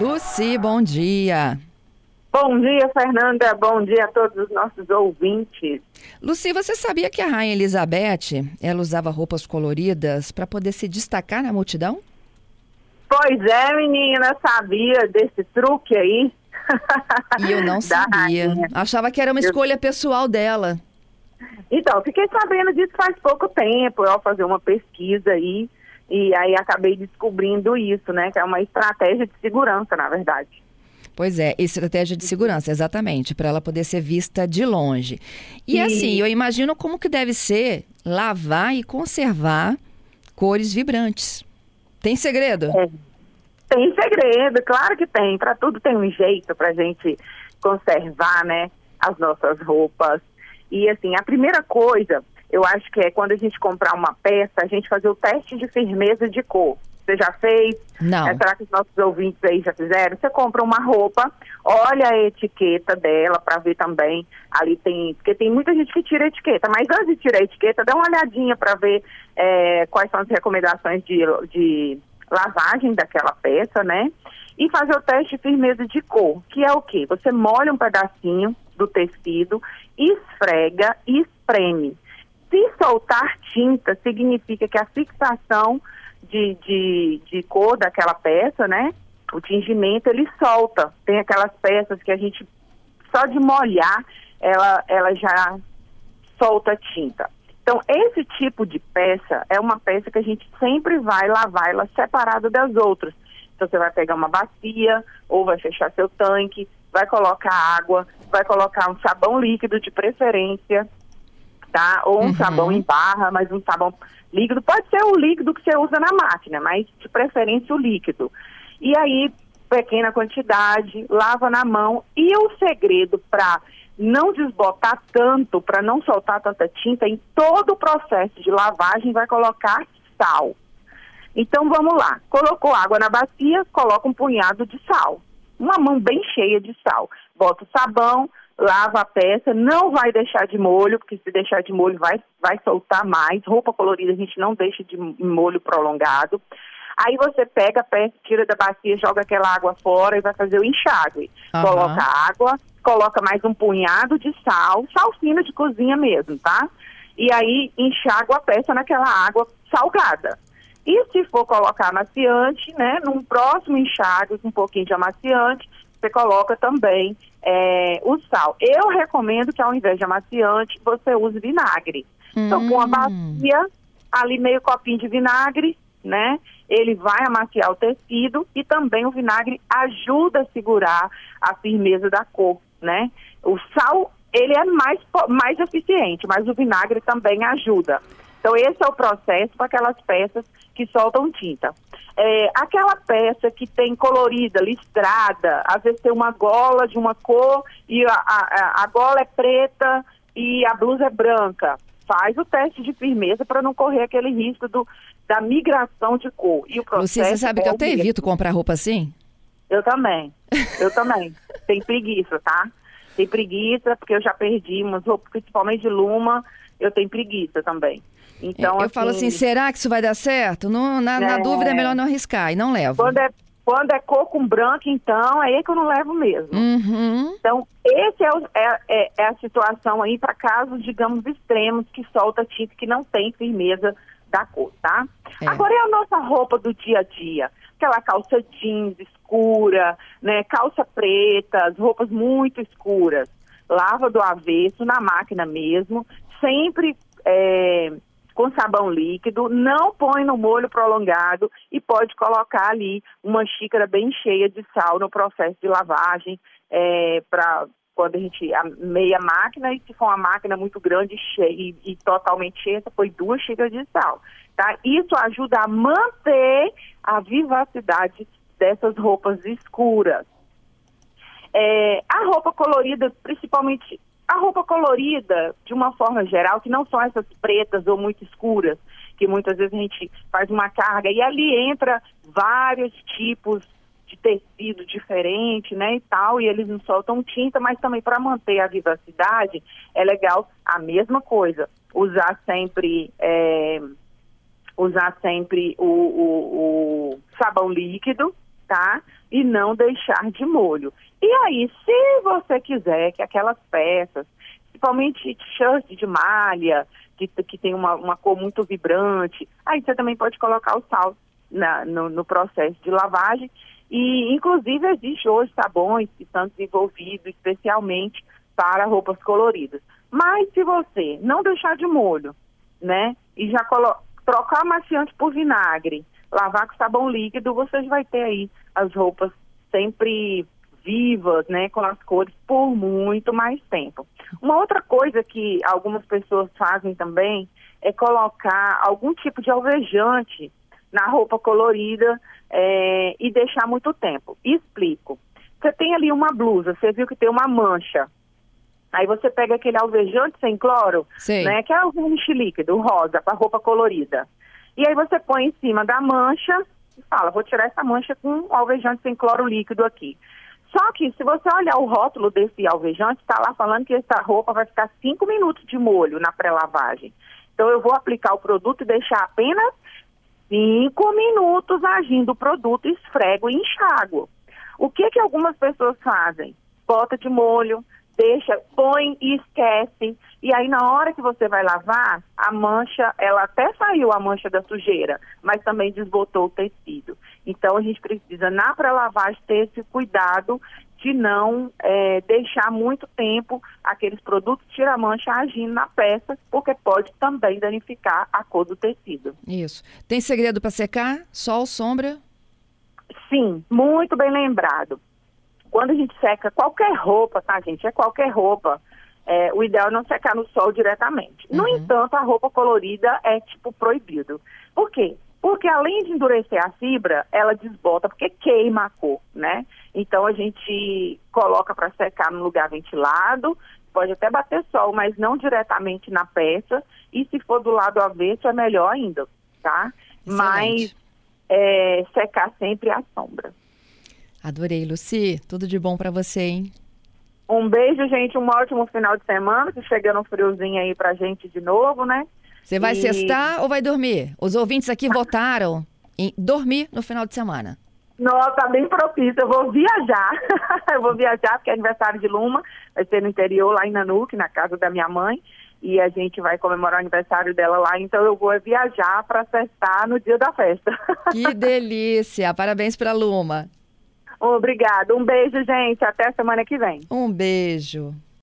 Lucy, bom dia. Bom dia, Fernanda. Bom dia a todos os nossos ouvintes. Lucy, você sabia que a Rainha Elizabeth, ela usava roupas coloridas para poder se destacar na multidão? Pois é, menina, sabia desse truque aí? E eu não sabia. Rainha. Achava que era uma escolha pessoal dela. Então, fiquei sabendo disso faz pouco tempo, eu fazer uma pesquisa aí, e aí acabei descobrindo isso, né? Que é uma estratégia de segurança, na verdade. Pois é, estratégia de segurança, exatamente, para ela poder ser vista de longe. E assim, eu imagino como que deve ser lavar e conservar cores vibrantes. Tem segredo? Tem segredo, claro que tem. Para tudo tem um jeito para a gente conservar, né, as nossas roupas. E assim, a primeira coisa, eu acho que é quando a gente comprar uma peça, a gente fazer o teste de firmeza de cor. Você já fez? Não. Será que os nossos ouvintes aí já fizeram? Você compra uma roupa, olha a etiqueta dela para ver também. Ali tem, porque tem muita gente que tira a etiqueta, mas antes de tirar a etiqueta, dá uma olhadinha para ver quais são as recomendações de lavagem daquela peça, né? E fazer o teste de firmeza de cor, que é o quê? Você molha um pedacinho do tecido, esfrega e espreme. Se soltar tinta, significa que a fixação de cor daquela peça, né? O tingimento, ele solta. Tem aquelas peças que a gente, só de molhar, ela já solta tinta. Então, esse tipo de peça é uma peça que a gente sempre vai lavar ela separada das outras. Então, você vai pegar uma bacia, ou vai fechar seu tanque, vai colocar água, vai colocar um sabão líquido de preferência, tá? Ou um sabão em barra, mas um sabão líquido. Pode ser o líquido que você usa na máquina, mas de preferência o líquido. E aí, pequena quantidade, lava na mão. E o segredo para não desbotar tanto, para não soltar tanta tinta, em todo o processo de lavagem vai colocar sal. Então vamos lá, colocou água na bacia, coloca um punhado de sal, uma mão bem cheia de sal, bota o sabão, lava a peça, não vai deixar de molho, porque se deixar de molho vai soltar mais. Roupa colorida a gente não deixa de molho prolongado. Aí você pega a peça, tira da bacia, joga aquela água fora e vai fazer o enxágue. Coloca água, coloca mais um punhado de sal fino de cozinha mesmo, tá? E aí enxágua a peça naquela água salgada. E se for colocar amaciante, né, num próximo enxágue, com um pouquinho de amaciante, você coloca também o sal. Eu recomendo que ao invés de amaciante, você use vinagre. Então, com a bacia, ali meio copinho de vinagre, né, ele vai amaciar o tecido e também o vinagre ajuda a segurar a firmeza da cor, né. O sal, ele é mais eficiente, mas o vinagre também ajuda. Então, esse é o processo para aquelas peças que soltam tinta. Aquela peça que tem colorida, listrada, às vezes tem uma gola de uma cor e a gola é preta e a blusa é branca. Faz o teste de firmeza para não correr aquele risco da migração de cor. E o processo Lucy, você sabe que eu até evito comprar roupa assim? Eu também. Tem preguiça, tá? Tem preguiça, porque eu já perdi umas roupas, principalmente de luma, eu tenho preguiça também. Então, eu falo assim, será que isso vai dar certo? Na dúvida é melhor não arriscar e não levo. Quando é cor com branco, então, aí é que eu não levo mesmo. Então, esse é a situação aí para casos, digamos, extremos, que solta tinta, que não tem firmeza da cor, tá? Agora é a nossa roupa do dia a dia. Aquela calça jeans escura, né? Calça preta, as roupas muito escuras. Lava do avesso, na máquina mesmo, sempre com sabão líquido, não põe no molho prolongado e pode colocar ali uma xícara bem cheia de sal no processo de lavagem, para quando a gente meia máquina, e se for uma máquina muito grande cheia, e totalmente cheia, foi 2 xícaras de sal, tá? Isso ajuda a manter a vivacidade dessas roupas escuras. A roupa colorida, principalmente a roupa colorida, de uma forma geral, que não são essas pretas ou muito escuras, que muitas vezes a gente faz uma carga e ali entra vários tipos de tecido diferente, né, e tal, e eles não soltam tinta, mas também para manter a vivacidade é legal a mesma coisa, usar sempre o sabão líquido, aproveitar e não deixar de molho. E aí, se você quiser que aquelas peças, principalmente t-shirt de malha, que tem uma cor muito vibrante, aí você também pode colocar o sal no processo de lavagem. E, inclusive, existe hoje sabões que estão desenvolvidos especialmente para roupas coloridas. Mas se você não deixar de molho, né, e já trocar amaciante por vinagre, lavar com sabão líquido, você vai ter aí as roupas sempre vivas, né, com as cores por muito mais tempo. Uma outra coisa que algumas pessoas fazem também é colocar algum tipo de alvejante na roupa colorida e deixar muito tempo. Explico. Você tem ali uma blusa, você viu que tem uma mancha. Aí você pega aquele alvejante sem cloro, né, que é o verniz líquido, o rosa, para roupa colorida. E aí você põe em cima da mancha e fala, vou tirar essa mancha com o alvejante sem cloro líquido aqui. Só que se você olhar o rótulo desse alvejante, está lá falando que essa roupa vai ficar 5 minutos de molho na pré-lavagem. Então eu vou aplicar o produto e deixar apenas 5 minutos agindo o produto, esfrego e enxáguo. O que algumas pessoas fazem? Bota de molho, deixa, põe e esquece. E aí na hora que você vai lavar, a mancha, ela até saiu a mancha da sujeira, mas também desbotou o tecido. Então a gente precisa na pré-lavagem ter esse cuidado de não deixar muito tempo aqueles produtos tira-mancha agindo na peça, porque pode também danificar a cor do tecido. Isso. Tem segredo para secar? Sol, sombra? Sim, muito bem lembrado. Quando a gente seca qualquer roupa, tá, gente? É qualquer roupa. O ideal é não secar no sol diretamente. No entanto, a roupa colorida é, proibido. Por quê? Porque além de endurecer a fibra, ela desbota, porque queima a cor, né? Então a gente coloca para secar num lugar ventilado, pode até bater sol, mas não diretamente na peça. E se for do lado avesso, é melhor ainda, tá? Excelente. Mas secar sempre à sombra. Adorei, Lucy. Tudo de bom para você, hein? Um beijo, gente. Um ótimo final de semana. Que chegando um friozinho aí pra gente de novo, né? Você vai sextar ou vai dormir? Os ouvintes aqui votaram em dormir no final de semana. Nossa, tá bem propício. Eu vou viajar. Eu vou viajar porque é aniversário de Luma. Vai ser no interior, lá em Nanuque, na casa da minha mãe. E a gente vai comemorar o aniversário dela lá. Então eu vou viajar para festar no dia da festa. Que delícia. Parabéns pra Luma. Obrigada. Um beijo, gente. Até semana que vem. Um beijo.